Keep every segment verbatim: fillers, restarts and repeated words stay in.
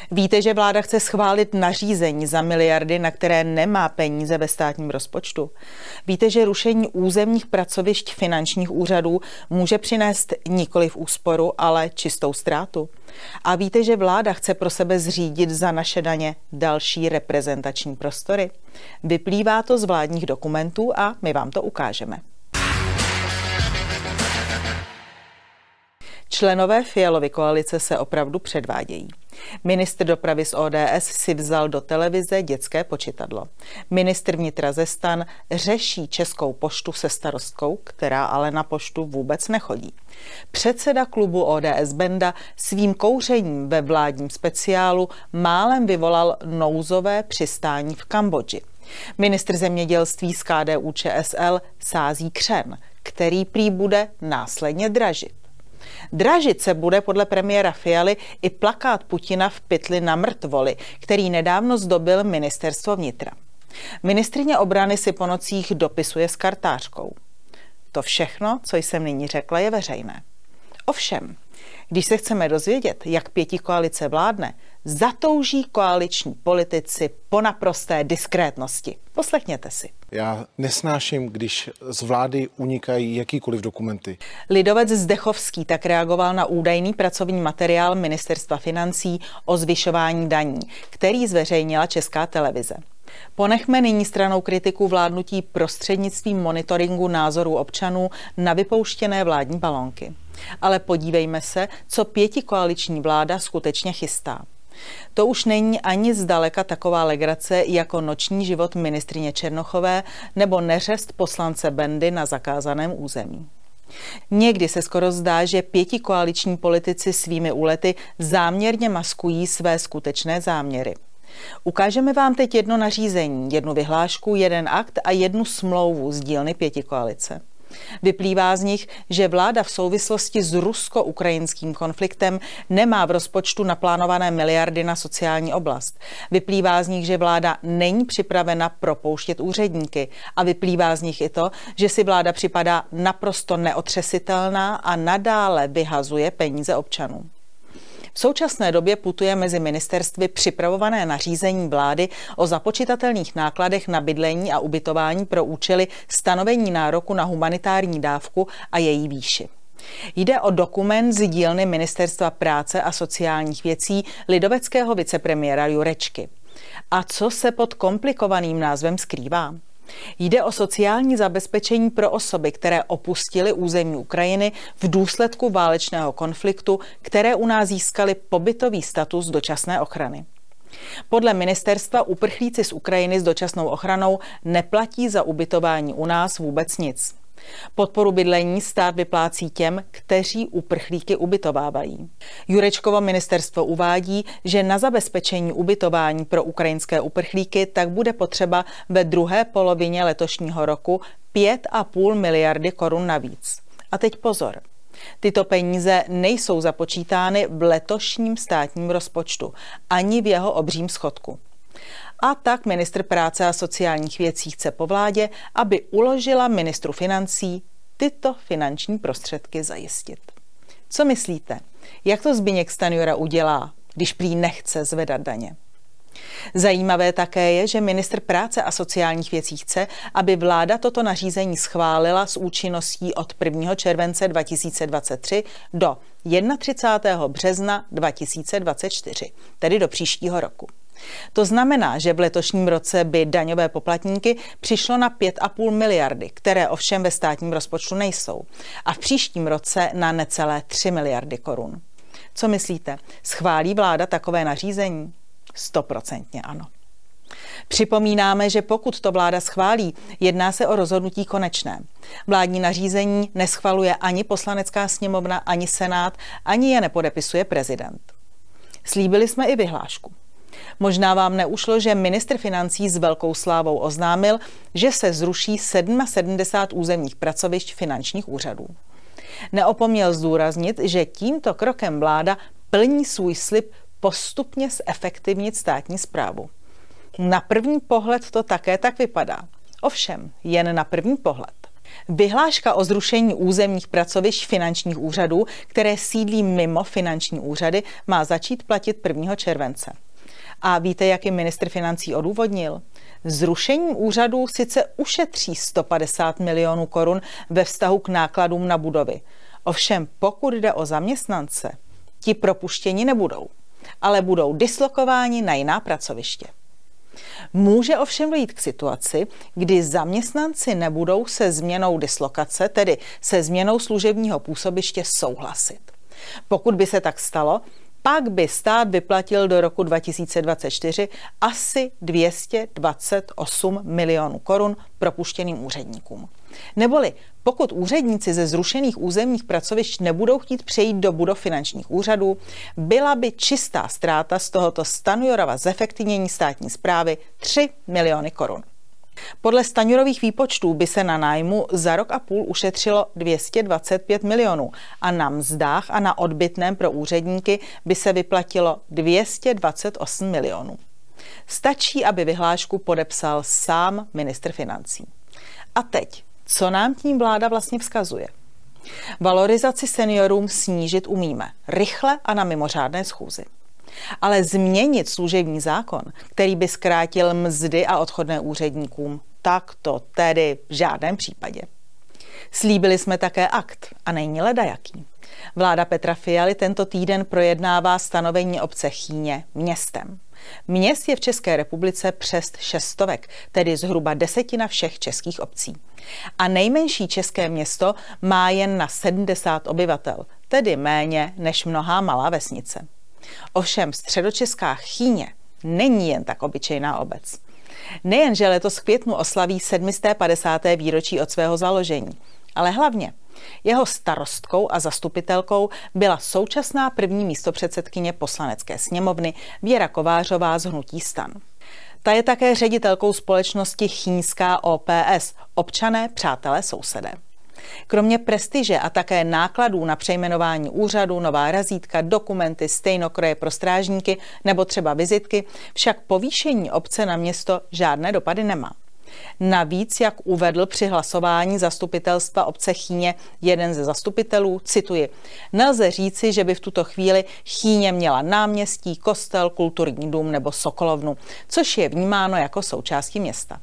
Víte, že vláda chce schválit nařízení za miliardy, na které nemá peníze ve státním rozpočtu? Víte, že rušení územních pracovišť finančních úřadů může přinést nikoliv úsporu, ale čistou ztrátu? A víte, že vláda chce pro sebe zřídit za naše daně další reprezentační prostory? Vyplývá to z vládních dokumentů a my vám to ukážeme. Členové Fialovy koalice se opravdu předvádějí. Ministr dopravy z O D S si vzal do televize dětské počítadlo. Ministr vnitra ze STAN řeší Českou poštu se starostkou, která ale na poštu vůbec nechodí. Předseda klubu O D S Benda svým kouřením ve vládním speciálu málem vyvolal nouzové přistání v Kambodži. Ministr zemědělství z K D U Č S L sází křen, který prý bude následně dražit. Dražit se bude podle premiéra Fialy i plakát Putina v pytli na mrtvoli, který nedávno zdobil ministerstvo vnitra. Ministryně obrany si po nocích dopisuje s kartářkou. To všechno, co jsem nyní řekla, je veřejné. Ovšem, když se chceme dozvědět, jak pětikoalice vládne, zatouží koaliční politici po naprosté diskrétnosti. Poslechněte si. Já nesnáším, když z vlády unikají jakýkoliv dokumenty. Lidovec Zdechovský tak reagoval na údajný pracovní materiál Ministerstva financí o zvyšování daní, který zveřejnila Česká televize. Ponechme nyní stranou kritiku vládnutí prostřednictvím monitoringu názorů občanů na vypouštěné vládní balónky. Ale podívejme se, co pětikoaliční vláda skutečně chystá. To už není ani zdaleka taková legrace jako noční život ministryně Černochové nebo neřest poslance Bendy na zakázaném území. Někdy se skoro zdá, že pětikoaliční politici svými úlety záměrně maskují své skutečné záměry. Ukážeme vám teď jedno nařízení, jednu vyhlášku, jeden akt a jednu smlouvu z dílny pětikoalice. Vyplývá z nich, že vláda v souvislosti s rusko-ukrajinským konfliktem nemá v rozpočtu naplánované miliardy na sociální oblast. Vyplývá z nich, že vláda není připravena propouštět úředníky a vyplývá z nich i to, že si vláda připadá naprosto neotřesitelná a nadále vyhazuje peníze občanů. V současné době putuje mezi ministerstvy připravované nařízení vlády o započitatelných nákladech na bydlení a ubytování pro účely stanovení nároku na humanitární dávku a její výši. Jde o dokument z dílny Ministerstva práce a sociálních věcí lidoveckého vicepremiéra Jurečky. A co se pod komplikovaným názvem skrývá? Jde o sociální zabezpečení pro osoby, které opustily území Ukrajiny v důsledku válečného konfliktu, které u nás získaly pobytový status dočasné ochrany. Podle ministerstva uprchlíci z Ukrajiny s dočasnou ochranou neplatí za ubytování u nás vůbec nic. Podporu bydlení stát vyplácí těm, kteří uprchlíky ubytovávají. Jurečkovo ministerstvo uvádí, že na zabezpečení ubytování pro ukrajinské uprchlíky tak bude potřeba ve druhé polovině letošního roku pět a půl miliardy korun navíc. A teď pozor. Tyto peníze nejsou započítány v letošním státním rozpočtu, ani v jeho obřím schodku. A tak ministr práce a sociálních věcí chce po vládě, aby uložila ministru financí tyto finanční prostředky zajistit. Co myslíte? Jak to Zbyněk Stanjura udělá, když prý nechce zvedat daně? Zajímavé také je, že ministr práce a sociálních věcí chce, aby vláda toto nařízení schválila s účinností od prvního července dva tisíce dvacet tři do třicátého prvního března dva tisíce dvacet čtyři, tedy do příštího roku. To znamená, že v letošním roce by daňové poplatníky přišlo na pět a půl miliardy, které ovšem ve státním rozpočtu nejsou, a v příštím roce na necelé tři miliardy korun. Co myslíte, schválí vláda takové nařízení? Stoprocentně ano. Připomínáme, že pokud to vláda schválí, jedná se o rozhodnutí konečné. Vládní nařízení neschvaluje ani Poslanecká sněmovna, ani Senát, ani je nepodepisuje prezident. Slíbili jsme i vyhlášku. Možná vám neušlo, že ministr financí s velkou slávou oznámil, že se zruší sedmdesát sedm územních pracovišť finančních úřadů. Neopomněl zdůraznit, že tímto krokem vláda plní svůj slib postupně zefektivnit státní správu. Na první pohled to také tak vypadá. Ovšem, jen na první pohled. Vyhláška o zrušení územních pracovišť finančních úřadů, které sídlí mimo finanční úřady, má začít platit prvního července. A víte, jak jim ministr financí odůvodnil? Zrušením úřadů sice ušetří sto padesát milionů korun ve vztahu k nákladům na budovy. Ovšem, pokud jde o zaměstnance, ti propuštěni nebudou, ale budou dislokováni na jiná pracoviště. Může ovšem dojít k situaci, kdy zaměstnanci nebudou se změnou dislokace, tedy se změnou služebního působiště, souhlasit. Pokud by se tak stalo, pak by stát vyplatil do roku dva tisíce dvacet čtyři asi dvě stě dvacet osm milionů korun propuštěným úředníkům. Neboli pokud úředníci ze zrušených územních pracovišť nebudou chtít přejít do budov finančních úřadů, byla by čistá ztráta z tohoto Stanjurova zefektivnění státní správy tři miliony korun. Podle Stanjurových výpočtů by se na nájmu za rok a půl ušetřilo dvě stě dvacet pět milionů a na mzdách a na odbytném pro úředníky by se vyplatilo dvě stě dvacet osm milionů. Stačí, aby vyhlášku podepsal sám ministr financí. A teď, co nám tím vláda vlastně vzkazuje? Valorizaci seniorům snížit umíme, rychle a na mimořádné schůzi. Ale změnit služební zákon, který by zkrátil mzdy a odchodné úředníkům, tak to tedy v žádném případě. Slíbili jsme také akt a není ledajaký. Vláda Petra Fialy tento týden projednává stanovení obce Chýně městem. Měst je v České republice přes šestovek, tedy zhruba desetina všech českých obcí. A nejmenší české město má jen na sedmdesát obyvatel, tedy méně než mnohá malá vesnice. Ovšem středočeská Chýně není jen tak obyčejná obec. Nejen, že letos v květnu oslaví sedm set padesáté výročí od svého založení, ale hlavně jeho starostkou a zastupitelkou byla současná první místopředsedkyně Poslanecké sněmovny Věra Kovářová z hnutí STAN. Ta je také ředitelkou společnosti Chýňská O P S, občané, přátelé, sousedé. Kromě prestiže a také nákladů na přejmenování úřadu, nová razítka, dokumenty, stejnokroje pro strážníky nebo třeba vizitky, však povýšení obce na město žádné dopady nemá. Navíc, jak uvedl při hlasování zastupitelstva obce Chýně jeden ze zastupitelů, cituji, nelze říci, že by v tuto chvíli Chýně měla náměstí, kostel, kulturní dům nebo sokolovnu, což je vnímáno jako součástí města.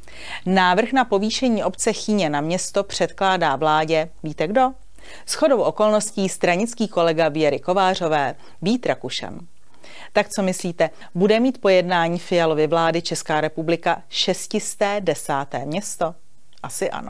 Návrh na povýšení obce Chýně na město předkládá vládě, víte kdo? Shodou okolností stranický kolega Věry Kovářové, Vít Rakušan. Tak co myslíte, bude mít po jednání Fialovy vlády Česká republika šestisté desáté město? Asi ano.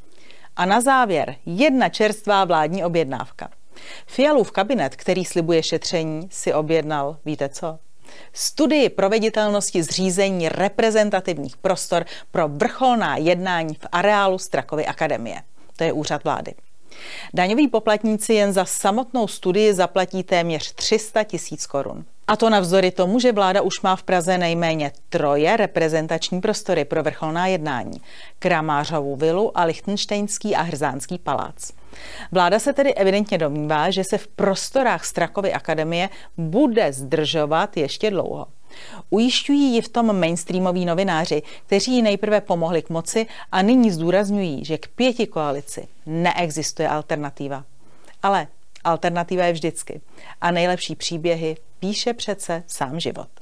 A na závěr jedna čerstvá vládní objednávka. Fialův kabinet, který slibuje šetření, si objednal, víte co? Studii proveditelnosti zřízení reprezentativních prostor pro vrcholná jednání v areálu Strakovy akademie. To je úřad vlády. Daňoví poplatníci jen za samotnou studii zaplatí téměř tři sta tisíc korun. A to navzdory tomu, že vláda už má v Praze nejméně troje reprezentační prostory pro vrcholná jednání. Kramářovu vilu a Lichtenštejnský a Hrzánský palác. Vláda se tedy evidentně domnívá, že se v prostorách Strakovy akademie bude zdržovat ještě dlouho. Ujišťují ji v tom mainstreamoví novináři, kteří jí nejprve pomohli k moci a nyní zdůrazňují, že k pětikoalici neexistuje alternativa. Ale alternativa je vždycky. A nejlepší příběhy píše přece sám život.